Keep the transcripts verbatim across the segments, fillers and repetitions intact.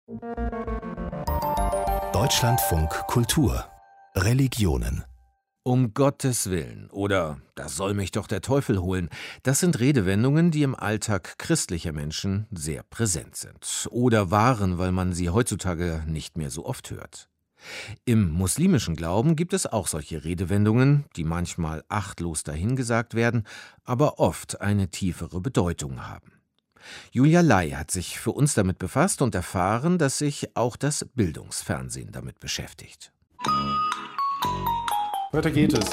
Deutschlandfunk Kultur Religionen. Um Gottes Willen oder da soll mich doch der Teufel holen, das sind Redewendungen, die im Alltag christlicher Menschen sehr präsent sind oder waren, weil man sie heutzutage nicht mehr so oft hört. Im muslimischen Glauben gibt es auch solche Redewendungen, die manchmal achtlos dahingesagt werden, aber oft eine tiefere Bedeutung haben. Julia Lai hat sich für uns damit befasst und erfahren, dass sich auch das Bildungsfernsehen damit beschäftigt. Weiter geht es.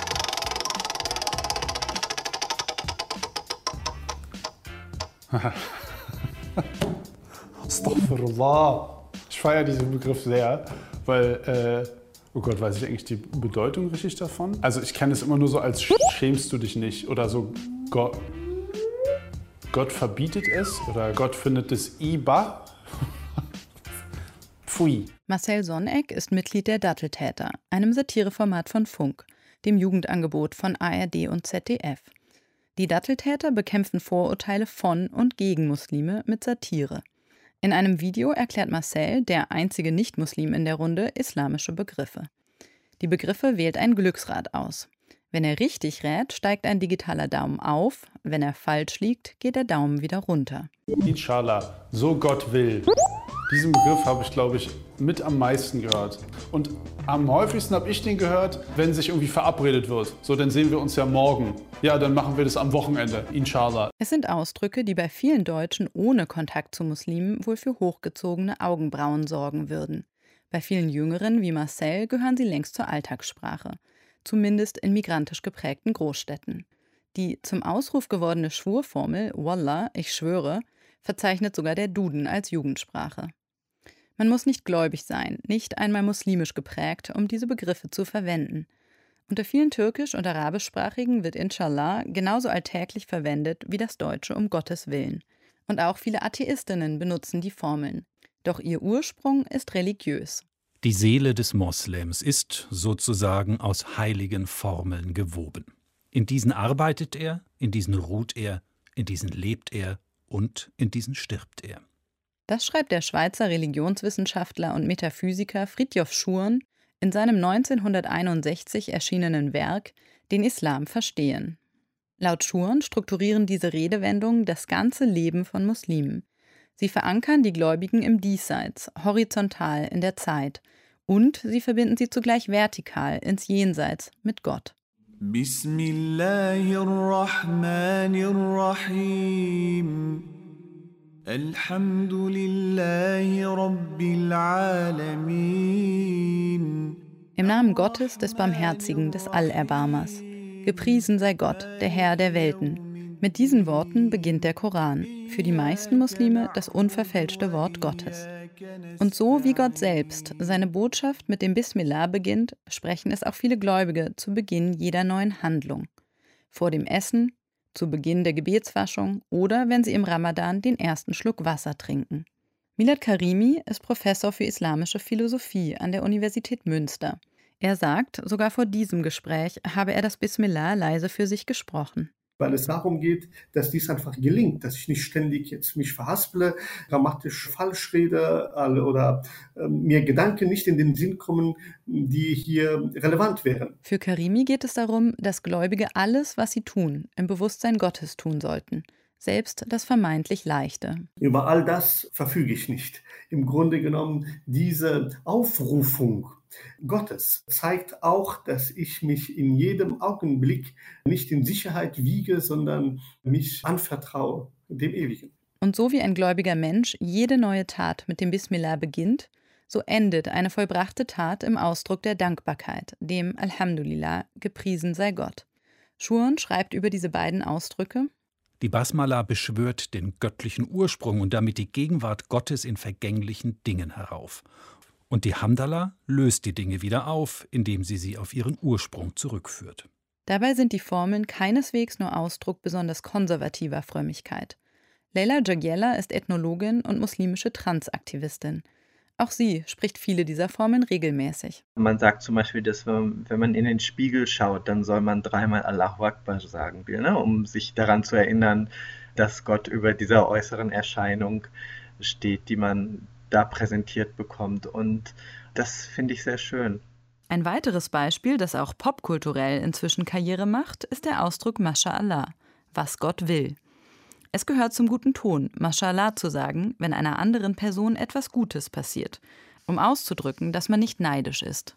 Astaghfirullah. Ich feiere diesen Begriff sehr, weil, äh, oh Gott, weiß ich eigentlich die Bedeutung richtig davon? Also ich kenne es immer nur so als schämst du dich nicht oder so Gott, Gott verbietet es oder Gott findet es iba. Pfui. Marcel Sonneck ist Mitglied der Datteltäter, einem Satireformat von Funk, dem Jugendangebot von A R D und Z D F. Die Datteltäter bekämpfen Vorurteile von und gegen Muslime mit Satire. In einem Video erklärt Marcel, der einzige Nicht-Muslim in der Runde, islamische Begriffe. Die Begriffe wählt ein Glücksrad aus. Wenn er richtig rät, steigt ein digitaler Daumen auf, wenn er falsch liegt, geht der Daumen wieder runter. Inshallah, so Gott will. Diesen Begriff habe ich, glaube ich, mit am meisten gehört. Und am häufigsten habe ich den gehört, wenn sich irgendwie verabredet wird. So, dann sehen wir uns ja morgen. Ja, dann machen wir das am Wochenende. Inshallah. Es sind Ausdrücke, die bei vielen Deutschen ohne Kontakt zu Muslimen wohl für hochgezogene Augenbrauen sorgen würden. Bei vielen Jüngeren wie Marcel gehören sie längst zur Alltagssprache. Zumindest in migrantisch geprägten Großstädten. Die zum Ausruf gewordene Schwurformel Wallah, ich schwöre, verzeichnet sogar der Duden als Jugendsprache. Man muss nicht gläubig sein, nicht einmal muslimisch geprägt, um diese Begriffe zu verwenden. Unter vielen türkisch- und arabischsprachigen wird Inshallah genauso alltäglich verwendet wie das Deutsche um Gottes Willen. Und auch viele Atheistinnen benutzen die Formeln. Doch ihr Ursprung ist religiös. Die Seele des Moslems ist sozusagen aus heiligen Formeln gewoben. In diesen arbeitet er, in diesen ruht er, in diesen lebt er und in diesen stirbt er. Das schreibt der Schweizer Religionswissenschaftler und Metaphysiker Fridtjof Schuon in seinem neunzehnhunderteinundsechzig erschienenen Werk »Den Islam verstehen«. Laut Schuon strukturieren diese Redewendungen das ganze Leben von Muslimen. Sie verankern die Gläubigen im Diesseits, horizontal in der Zeit, und sie verbinden sie zugleich vertikal ins Jenseits mit Gott. Bismillahirrahmanirrahim. Alhamdulillahi Rabbil Alamin. Im Namen Gottes, des Barmherzigen, des Allerbarmers. Gepriesen sei Gott, der Herr der Welten. Mit diesen Worten beginnt der Koran, für die meisten Muslime das unverfälschte Wort Gottes. Und so wie Gott selbst seine Botschaft mit dem Bismillah beginnt, sprechen es auch viele Gläubige zu Beginn jeder neuen Handlung. Vor dem Essen, zu Beginn der Gebetswaschung oder wenn sie im Ramadan den ersten Schluck Wasser trinken. Milad Karimi ist Professor für islamische Philosophie an der Universität Münster. Er sagt, sogar vor diesem Gespräch habe er das Bismillah leise für sich gesprochen. Weil es darum geht, dass dies einfach gelingt, dass ich nicht ständig jetzt mich verhasple, grammatisch falsch rede oder äh, mir Gedanken nicht in den Sinn kommen, die hier relevant wären. Für Karimi geht es darum, dass Gläubige alles, was sie tun, im Bewusstsein Gottes tun sollten. Selbst das vermeintlich Leichte. Über all das verfüge ich nicht. Im Grunde genommen, diese Aufrufung Gottes zeigt auch, dass ich mich in jedem Augenblick nicht in Sicherheit wiege, sondern mich anvertraue dem Ewigen. Und so wie ein gläubiger Mensch jede neue Tat mit dem Bismillah beginnt, so endet eine vollbrachte Tat im Ausdruck der Dankbarkeit, dem Alhamdulillah, gepriesen sei Gott. Schuon schreibt über diese beiden Ausdrücke: Die Basmala beschwört den göttlichen Ursprung und damit die Gegenwart Gottes in vergänglichen Dingen herauf. Und die Hamdallah löst die Dinge wieder auf, indem sie sie auf ihren Ursprung zurückführt. Dabei sind die Formeln keineswegs nur Ausdruck besonders konservativer Frömmigkeit. Leila Jagiella ist Ethnologin und muslimische Transaktivistin. Auch sie spricht viele dieser Formeln regelmäßig. Man sagt zum Beispiel, dass wenn man in den Spiegel schaut, dann soll man dreimal Allahu Akbar sagen, ne, um sich daran zu erinnern, dass Gott über dieser äußeren Erscheinung steht, die man da präsentiert bekommt. Und das finde ich sehr schön. Ein weiteres Beispiel, das auch popkulturell inzwischen Karriere macht, ist der Ausdruck Maschallah, was Gott will. Es gehört zum guten Ton, Maschallah zu sagen, wenn einer anderen Person etwas Gutes passiert, um auszudrücken, dass man nicht neidisch ist.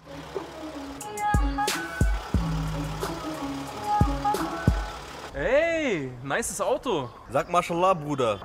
Hey, nices Auto. Sag Maschallah, Bruder.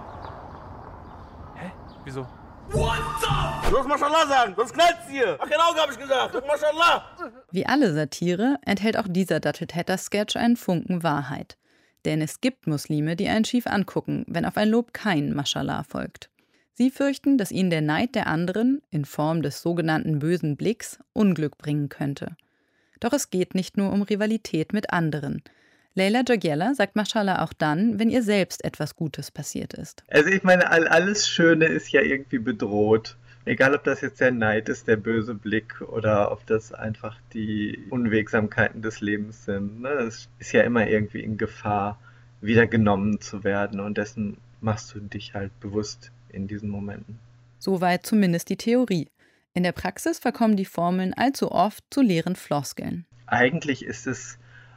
Hä? Wieso? What the? Du musst Maschallah sagen, sonst knallt's hier. Ach, kein Auge, hab ich gesagt. Sag Maschallah. Wie alle Satire enthält auch dieser Datteltäter-Sketch einen Funken Wahrheit. Denn es gibt Muslime, die einen schief angucken, wenn auf ein Lob kein Maschallah folgt. Sie fürchten, dass ihnen der Neid der anderen, in Form des sogenannten bösen Blicks, Unglück bringen könnte. Doch es geht nicht nur um Rivalität mit anderen. Leila Jagiella sagt Maschallah auch dann, wenn ihr selbst etwas Gutes passiert ist. Also ich meine, alles Schöne ist ja irgendwie bedroht. Egal, ob das jetzt der Neid ist, der böse Blick oder ob das einfach die Unwegsamkeiten des Lebens sind. Ne? Es ist ja immer irgendwie in Gefahr, wieder genommen zu werden und dessen machst du dich halt bewusst in diesen Momenten. Soweit zumindest die Theorie. In der Praxis verkommen die Formeln allzu oft zu leeren Floskeln. Eigentlich ist es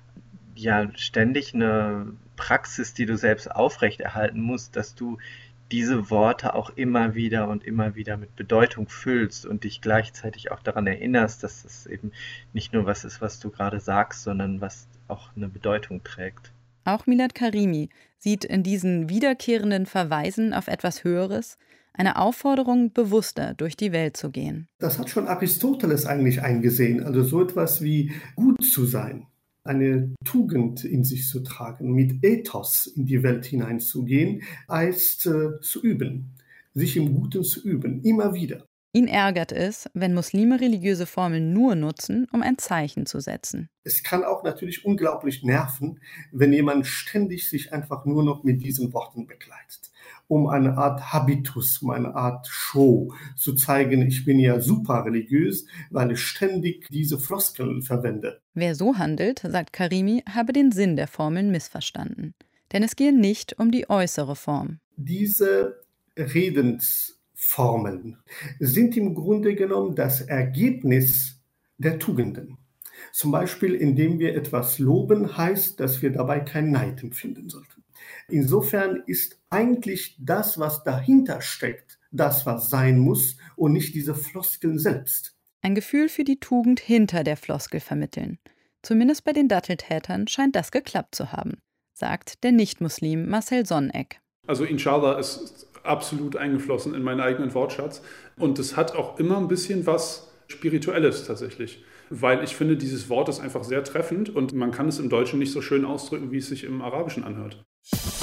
ja ständig eine Praxis, die du selbst aufrechterhalten musst, dass du diese Worte auch immer wieder und immer wieder mit Bedeutung füllst und dich gleichzeitig auch daran erinnerst, dass es eben nicht nur was ist, was du gerade sagst, sondern was auch eine Bedeutung trägt. Auch Milad Karimi sieht in diesen wiederkehrenden Verweisen auf etwas Höheres eine Aufforderung, bewusster durch die Welt zu gehen. Das hat schon Aristoteles eigentlich eingesehen, also so etwas wie gut zu sein. Eine Tugend in sich zu tragen, mit Ethos in die Welt hineinzugehen, heißt äh, zu üben, sich im Guten zu üben, immer wieder. Ihn ärgert es, wenn Muslime religiöse Formeln nur nutzen, um ein Zeichen zu setzen. Es kann auch natürlich unglaublich nerven, wenn jemand ständig sich einfach nur noch mit diesen Worten begleitet, um eine Art Habitus, um eine Art Show zu zeigen, ich bin ja super religiös, weil ich ständig diese Floskeln verwende. Wer so handelt, sagt Karimi, habe den Sinn der Formeln missverstanden. Denn es gehe nicht um die äußere Form. Diese Redensformeln sind im Grunde genommen das Ergebnis der Tugenden. Zum Beispiel, indem wir etwas loben, heißt, dass wir dabei keinen Neid empfinden sollten. Insofern ist eigentlich das, was dahinter steckt, das, was sein muss und nicht diese Floskeln selbst. Ein Gefühl für die Tugend hinter der Floskel vermitteln. Zumindest bei den Datteltätern scheint das geklappt zu haben, sagt der Nicht-Muslim Marcel Sonneck. Also Inshallah ist absolut eingeflossen in meinen eigenen Wortschatz und es hat auch immer ein bisschen was Spirituelles tatsächlich. Weil ich finde, dieses Wort ist einfach sehr treffend und man kann es im Deutschen nicht so schön ausdrücken, wie es sich im Arabischen anhört.